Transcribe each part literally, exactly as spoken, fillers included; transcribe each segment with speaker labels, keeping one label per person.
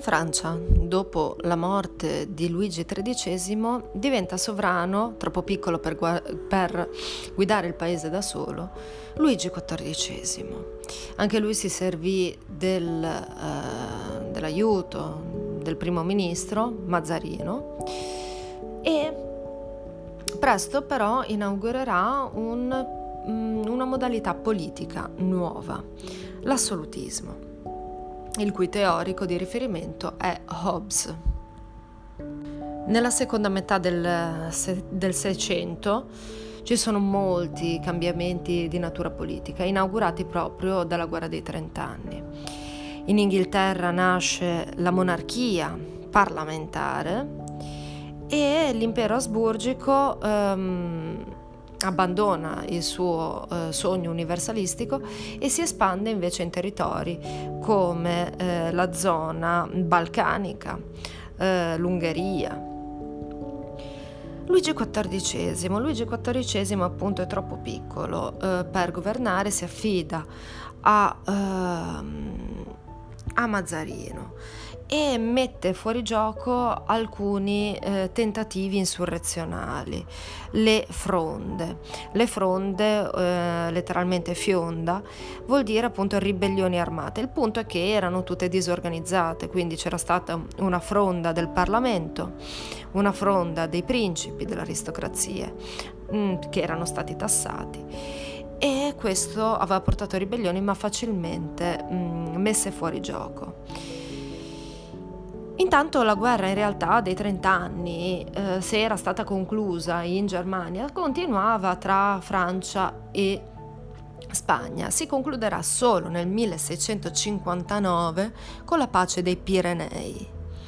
Speaker 1: Francia, dopo la morte di Luigi tredicesimo, diventa sovrano, troppo piccolo per, gua- per guidare il paese da solo, Luigi quattordicesimo. Anche lui si servì del, eh, dell'aiuto del primo ministro Mazzarino e presto però inaugurerà un, una modalità politica nuova, l'assolutismo, il cui teorico di riferimento è Hobbes. Nella seconda metà del, del Seicento ci sono molti cambiamenti di natura politica, inaugurati proprio dalla guerra dei trent'anni. In Inghilterra nasce la monarchia parlamentare e l'impero asburgico ehm, abbandona il suo eh, sogno universalistico e si espande invece in territori come eh, la zona balcanica, eh, l'Ungheria. Luigi quattordicesimo. Luigi quattordicesimo appunto è troppo piccolo eh, per governare, si affida a, ehm, a Mazzarino e mette fuori gioco alcuni eh, tentativi insurrezionali, le fronde. Le fronde, eh, letteralmente fionda, vuol dire appunto ribellioni armate. Il punto è che erano tutte disorganizzate, quindi c'era stata una fronda del Parlamento, una fronda dei principi, dell'aristocrazia, mh, che erano stati tassati. E questo aveva portato a ribellioni, ma facilmente mh, messe fuori gioco. Intanto la guerra in realtà dei trent'anni, eh, se era stata conclusa in Germania, continuava tra Francia e Spagna. Si concluderà solo nel milleseicentocinquantanove con la pace dei Pirenei.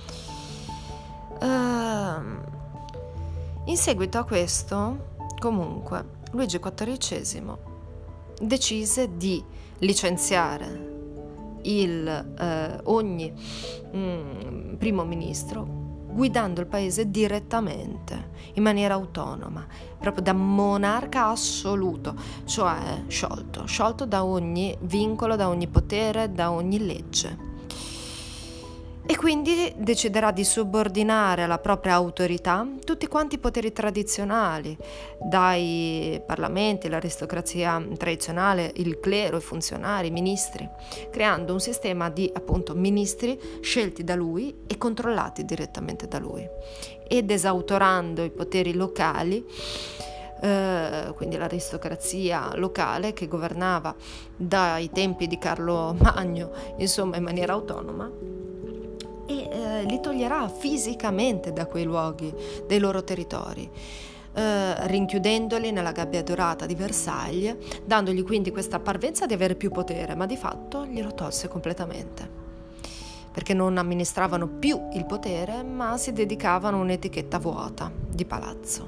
Speaker 1: Uh, in seguito a questo, comunque, Luigi quattordicesimo decise di licenziare il, eh, ogni mm, primo ministro, guidando il paese direttamente, in maniera autonoma, proprio da monarca assoluto, cioè sciolto, sciolto da ogni vincolo, da ogni potere, da ogni legge. E quindi deciderà di subordinare alla propria autorità tutti quanti i poteri tradizionali, dai parlamenti, l'aristocrazia tradizionale, il clero, i funzionari, i ministri, creando un sistema di appunto ministri scelti da lui e controllati direttamente da lui, ed esautorando i poteri locali, eh, quindi l'aristocrazia locale che governava dai tempi di Carlo Magno, insomma in maniera autonoma, e eh, li toglierà fisicamente da quei luoghi, dei loro territori, eh, rinchiudendoli nella gabbia dorata di Versailles, dandogli quindi questa parvenza di avere più potere, ma di fatto glielo tolse completamente, perché non amministravano più il potere, ma si dedicavano a un'etichetta vuota di palazzo.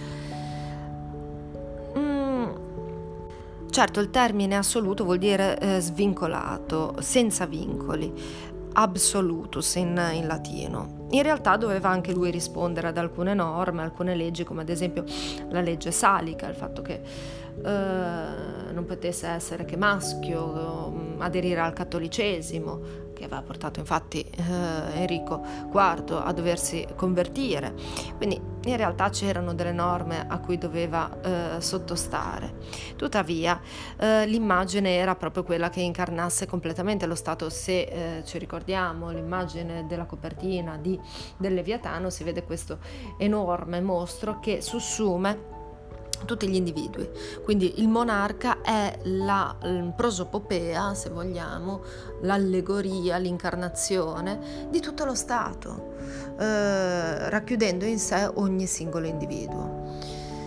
Speaker 1: Mm. Certo, il termine assoluto vuol dire eh, svincolato, senza vincoli, absolutus in, in latino. In realtà doveva anche lui rispondere ad alcune norme, alcune leggi, come ad esempio la legge salica, il fatto che eh, non potesse essere che maschio, eh, aderire al cattolicesimo, che aveva portato infatti eh, Enrico quarto a doversi convertire. Quindi in realtà c'erano delle norme a cui doveva eh, sottostare. Tuttavia eh, l'immagine era proprio quella che incarnasse completamente lo Stato. Se eh, ci ricordiamo l'immagine della copertina di, del Leviatano, si vede questo enorme mostro che sussume tutti gli individui. Quindi il monarca è la prosopopea, se vogliamo, l'allegoria, l'incarnazione di tutto lo Stato, eh, racchiudendo in sé ogni singolo individuo.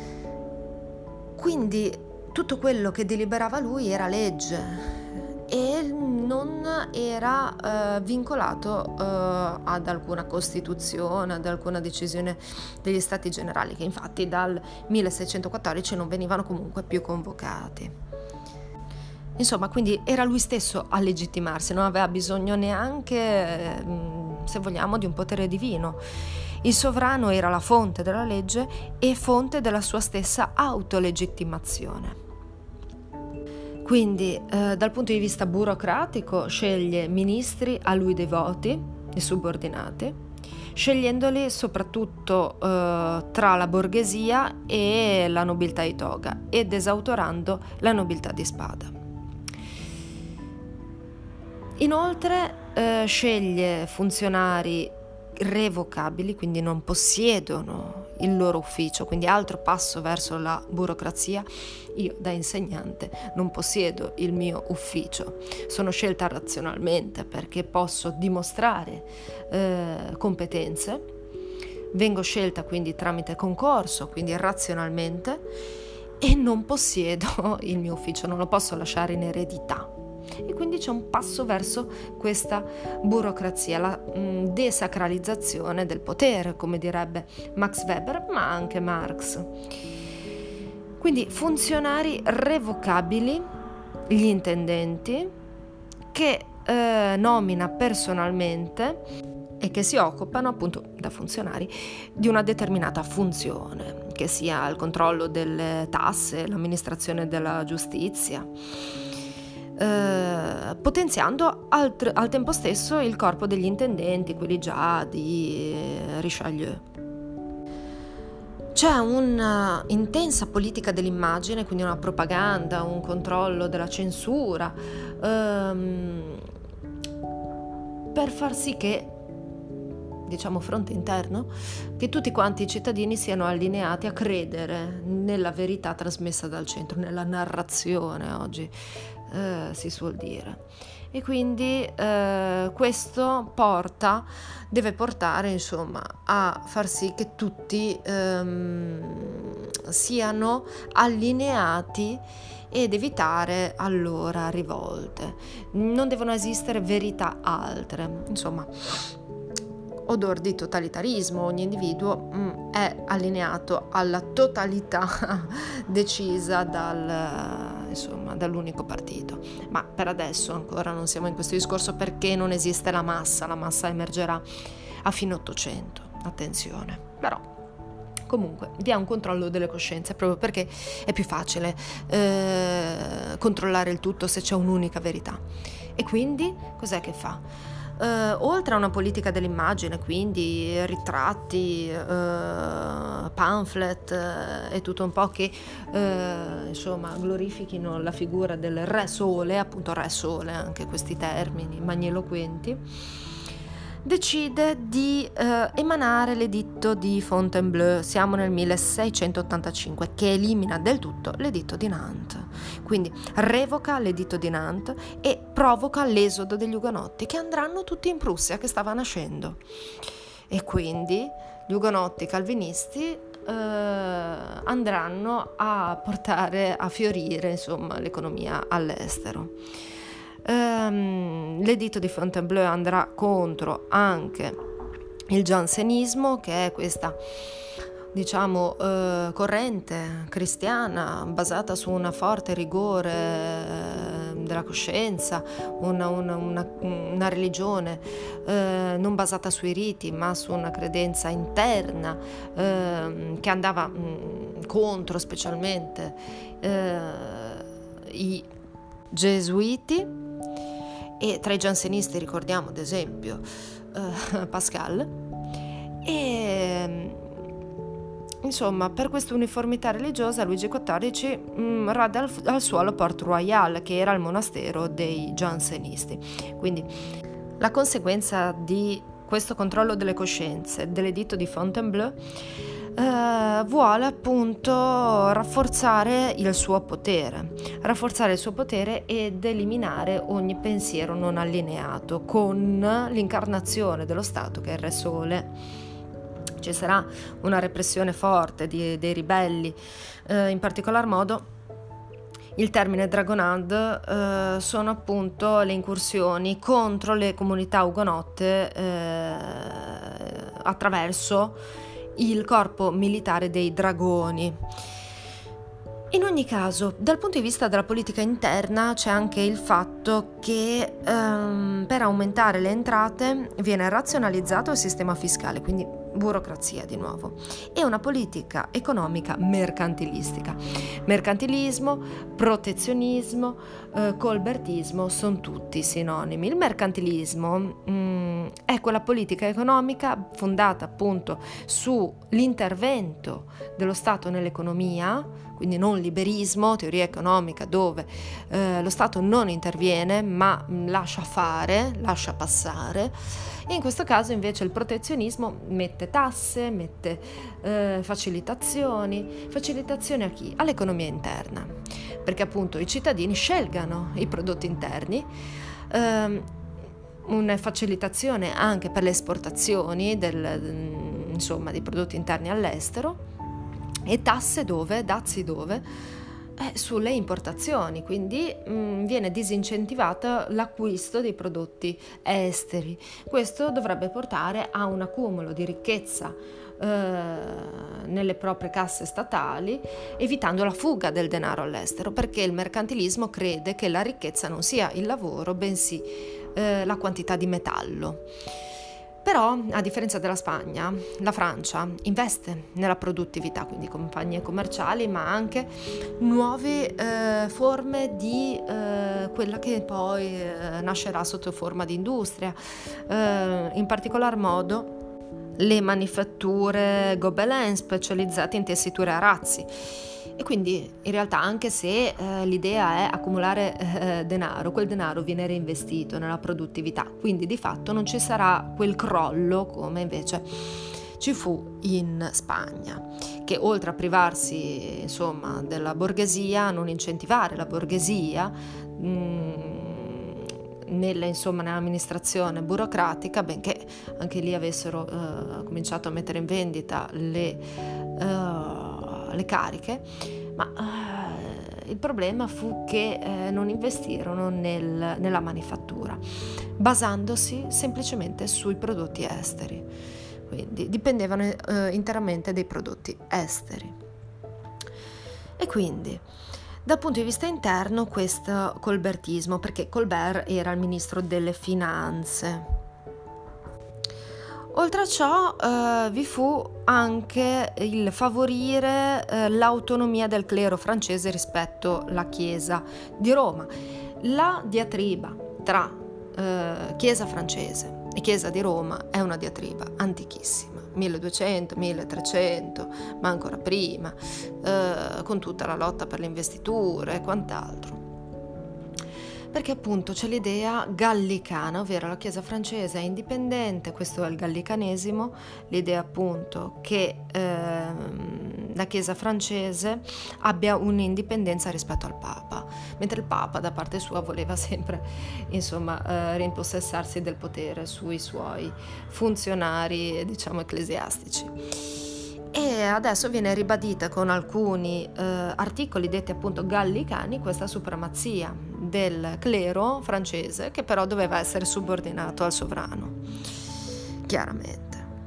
Speaker 1: Quindi tutto quello che deliberava lui era legge e non era eh, vincolato eh, ad alcuna costituzione, ad alcuna decisione degli stati generali, che infatti dal milleseicentoquattordici non venivano comunque più convocati. Insomma, quindi era lui stesso a legittimarsi, non aveva bisogno neanche, eh, se vogliamo, di un potere divino. Il sovrano era la fonte della legge e fonte della sua stessa autolegittimazione. Quindi eh, dal punto di vista burocratico sceglie ministri a lui devoti, i subordinati, scegliendoli soprattutto eh, tra la borghesia e la nobiltà di toga ed esautorando la nobiltà di spada. Inoltre eh, sceglie funzionari revocabili, quindi non possiedono il loro ufficio, quindi altro passo verso la burocrazia. Io da insegnante non possiedo il mio ufficio, sono scelta razionalmente perché posso dimostrare eh, competenze, vengo scelta quindi tramite concorso, quindi razionalmente, e non possiedo il mio ufficio, non lo posso lasciare in eredità. E quindi c'è un passo verso questa burocrazia, la mh, desacralizzazione del potere, come direbbe Max Weber, ma anche Marx. Quindi funzionari revocabili, gli intendenti, che eh, nomina personalmente e che si occupano appunto da funzionari di una determinata funzione, che sia il controllo delle tasse, l'amministrazione della giustizia, Eh, potenziando al, al tempo stesso il corpo degli intendenti, quelli già di eh, Richelieu. C'è un'intensa politica dell'immagine, quindi una propaganda, un controllo della censura, ehm, per far sì che, diciamo fronte interno, che tutti quanti i cittadini siano allineati a credere nella verità trasmessa dal centro, nella narrazione oggi. Eh, si suol dire, e quindi eh, questo porta deve portare insomma a far sì che tutti ehm, siano allineati ed evitare allora rivolte. Non devono esistere verità altre, insomma odor di totalitarismo. Ogni individuo mh, è allineato alla totalità decisa dal, insomma, dall'unico partito. Ma per adesso ancora non siamo in questo discorso perché non esiste la massa, la massa emergerà a fine Ottocento, attenzione. Però comunque vi è un controllo delle coscienze, proprio perché è più facile eh, controllare il tutto se c'è un'unica verità. E quindi cos'è che fa? Uh, oltre a una politica dell'immagine, quindi ritratti, uh, pamphlet uh, e tutto un po' che uh, insomma glorifichino la figura del Re Sole, appunto Re Sole, anche questi termini magniloquenti, decide di uh, emanare l'editto di Fontainebleau, siamo nel milleseicentottantacinque, che elimina del tutto l'editto di Nantes, quindi revoca l'editto di Nantes e provoca l'esodo degli Ugonotti, che andranno tutti in Prussia, che stava nascendo, e quindi gli Ugonotti calvinisti eh, andranno a portare a fiorire insomma l'economia all'estero. Um, l'editto di Fontainebleau andrà contro anche il giansenismo, che è questa diciamo eh, corrente cristiana basata su una forte rigore eh, della coscienza, una, una, una, una religione eh, non basata sui riti ma su una credenza interna, eh, che andava mh, contro specialmente eh, i gesuiti. E tra i giansenisti ricordiamo ad esempio eh, Pascal. E insomma, per questa uniformità religiosa Luigi quattordici mh, rada al, al suolo Port Royal, che era il monastero dei giansenisti. Quindi la conseguenza di questo controllo delle coscienze dell'editto di Fontainebleau Uh, vuole appunto rafforzare il suo potere, rafforzare il suo potere ed eliminare ogni pensiero non allineato con l'incarnazione dello Stato, che è il Re Sole. Ci sarà una repressione forte di, dei ribelli, uh, in particolar modo il termine dragonade uh, sono appunto le incursioni contro le comunità ugonotte uh, attraverso il corpo militare dei dragoni. In ogni caso, dal punto di vista della politica interna c'è anche il fatto che ehm, per aumentare le entrate viene razionalizzato il sistema fiscale, quindi burocrazia di nuovo, e una politica economica mercantilistica. Mercantilismo, protezionismo, eh, colbertismo sono tutti sinonimi. Il mercantilismo mh, è quella politica economica fondata appunto sull'intervento dello Stato nell'economia, quindi non liberismo, teoria economica dove eh, lo Stato non interviene ma lascia fare, lascia passare. E in questo caso invece il protezionismo mette tasse, mette eh, facilitazioni, facilitazioni a chi? All'economia interna, perché appunto i cittadini scelgano i prodotti interni, ehm, una facilitazione anche per le esportazioni del, insomma, di prodotti interni all'estero, e tasse dove? Dazi dove? Eh, sulle importazioni, quindi mh, viene disincentivato l'acquisto dei prodotti esteri. Questo dovrebbe portare a un accumulo di ricchezza eh, nelle proprie casse statali, evitando la fuga del denaro all'estero, perché il mercantilismo crede che la ricchezza non sia il lavoro, bensì eh, la quantità di metallo. Però, a differenza della Spagna, la Francia investe nella produttività, quindi compagnie commerciali, ma anche nuove eh, forme di eh, quella che poi eh, nascerà sotto forma di industria, eh, in particolar modo le manifatture Gobelin specializzate in tessiture a razzi. E quindi in realtà, anche se eh, l'idea è accumulare eh, denaro, quel denaro viene reinvestito nella produttività, quindi di fatto non ci sarà quel crollo come invece ci fu in Spagna, che oltre a privarsi insomma della borghesia, a non incentivare la borghesia mh, nella, insomma, nell'amministrazione burocratica, benché anche lì avessero eh, cominciato a mettere in vendita le eh, le cariche, ma uh, il problema fu che eh, non investirono nel, nella manifattura, basandosi semplicemente sui prodotti esteri, quindi dipendevano eh, interamente dai prodotti esteri. E quindi dal punto di vista interno questo colbertismo, perché Colbert era il ministro delle finanze. Oltre a ciò eh, vi fu anche il favorire eh, l'autonomia del clero francese rispetto alla Chiesa di Roma. La diatriba tra eh, Chiesa francese e Chiesa di Roma è una diatriba antichissima, milleduecento, milletrecento, ma ancora prima, eh, con tutta la lotta per le investiture e quant'altro. Perché appunto c'è l'idea gallicana, ovvero la Chiesa francese è indipendente, questo è il gallicanesimo, l'idea appunto che ehm, la Chiesa francese abbia un'indipendenza rispetto al Papa, mentre il Papa da parte sua voleva sempre insomma eh, rimpossessarsi del potere sui suoi funzionari, diciamo, ecclesiastici. E adesso viene ribadita con alcuni eh, articoli detti appunto gallicani questa supremazia del clero francese, che però doveva essere subordinato al sovrano, chiaramente.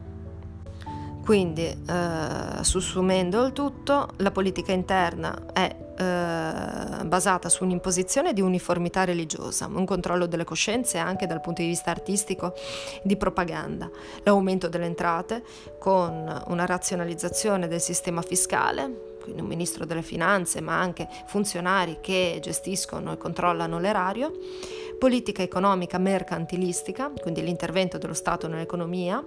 Speaker 1: Quindi, eh, sussumendo il tutto, la politica interna è eh, basata su un'imposizione di uniformità religiosa, un controllo delle coscienze anche dal punto di vista artistico, di propaganda, l'aumento delle entrate con una razionalizzazione del sistema fiscale, quindi un ministro delle finanze, ma anche funzionari che gestiscono e controllano l'erario, politica economica mercantilistica, quindi l'intervento dello Stato nell'economia.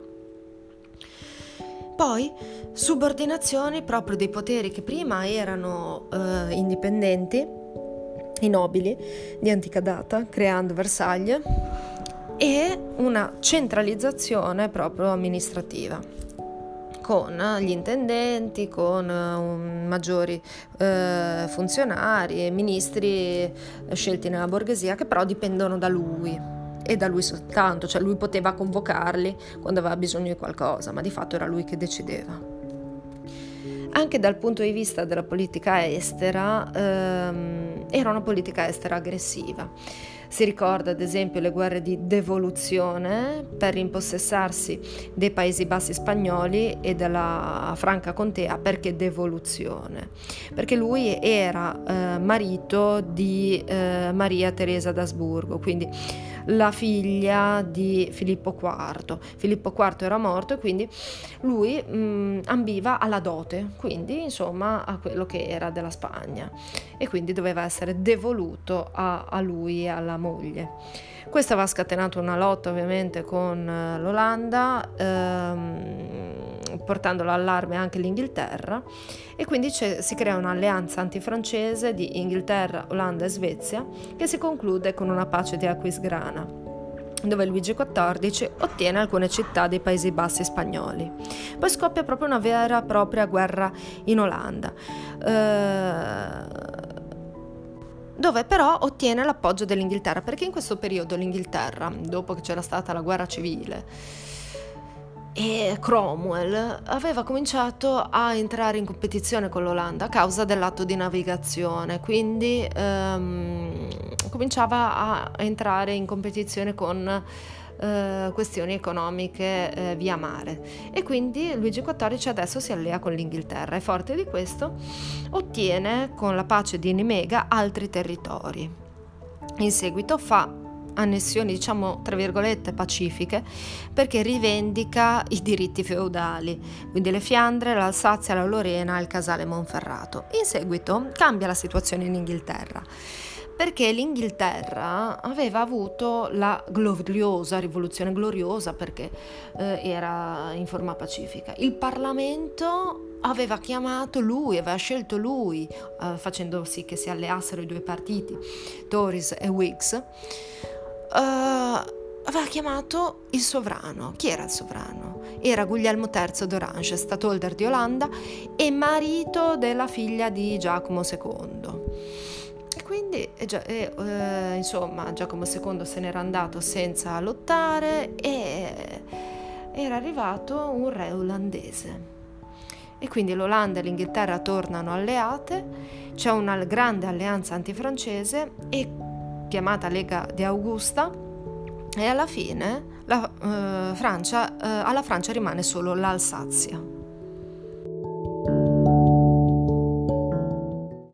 Speaker 1: Poi subordinazioni proprio dei poteri che prima erano eh, indipendenti, i nobili di antica data, creando Versailles, e una centralizzazione proprio amministrativa, con gli intendenti, con um, maggiori eh, funzionari e ministri scelti nella borghesia, che però dipendono da lui. E da lui soltanto, cioè lui poteva convocarli quando aveva bisogno di qualcosa, ma di fatto era lui che decideva. Anche dal punto di vista della politica estera, ehm, era una politica estera aggressiva. Si ricorda ad esempio le guerre di devoluzione per rimpossessarsi dei Paesi Bassi spagnoli e della Franca Contea. Perché devoluzione? Perché lui era eh, marito di eh, Maria Teresa d'Asburgo, quindi la figlia di Filippo quarto. Filippo quarto era morto e quindi lui mh, ambiva alla dote, quindi insomma a quello che era della Spagna, e quindi doveva essere devoluto a, a lui e alla moglie. Questo aveva scatenato una lotta ovviamente con l'Olanda, ehm, portando all'allarme anche l'Inghilterra, e quindi si crea un'alleanza antifrancese di Inghilterra, Olanda e Svezia, che si conclude con una pace di Aquisgrana, dove Luigi quattordici ottiene alcune città dei Paesi Bassi spagnoli. Poi scoppia proprio una vera e propria guerra in Olanda, eh, dove però ottiene l'appoggio dell'Inghilterra, perché in questo periodo l'Inghilterra, dopo che c'era stata la guerra civile, e Cromwell aveva cominciato a entrare in competizione con l'Olanda a causa dell'atto di navigazione, quindi ehm, cominciava a entrare in competizione con eh, questioni economiche eh, via mare, e quindi Luigi quattordici adesso si allea con l'Inghilterra e forte di questo ottiene con la pace di Nimega altri territori. In seguito fa annessioni, diciamo tra virgolette pacifiche, perché rivendica i diritti feudali, quindi le Fiandre, l'Alsazia, la Lorena e il Casale Monferrato. In seguito cambia la situazione in Inghilterra, perché l'Inghilterra aveva avuto la gloriosa rivoluzione gloriosa, perché eh, era in forma pacifica. Il Parlamento aveva chiamato lui, aveva scelto lui, eh, facendo sì che si alleassero i due partiti, Tories e Whigs. Uh, aveva chiamato il sovrano. Chi era il sovrano? Era Guglielmo terzo d'Orange, Stadtholder di Olanda e marito della figlia di Giacomo secondo. E quindi e, e, uh, insomma Giacomo secondo se n'era andato senza lottare e era arrivato un re olandese. E quindi l'Olanda e l'Inghilterra tornano alleate, c'è una grande alleanza antifrancese e chiamata Lega di Augusta, e alla fine la, uh, Francia, uh, alla Francia rimane solo l'Alsazia.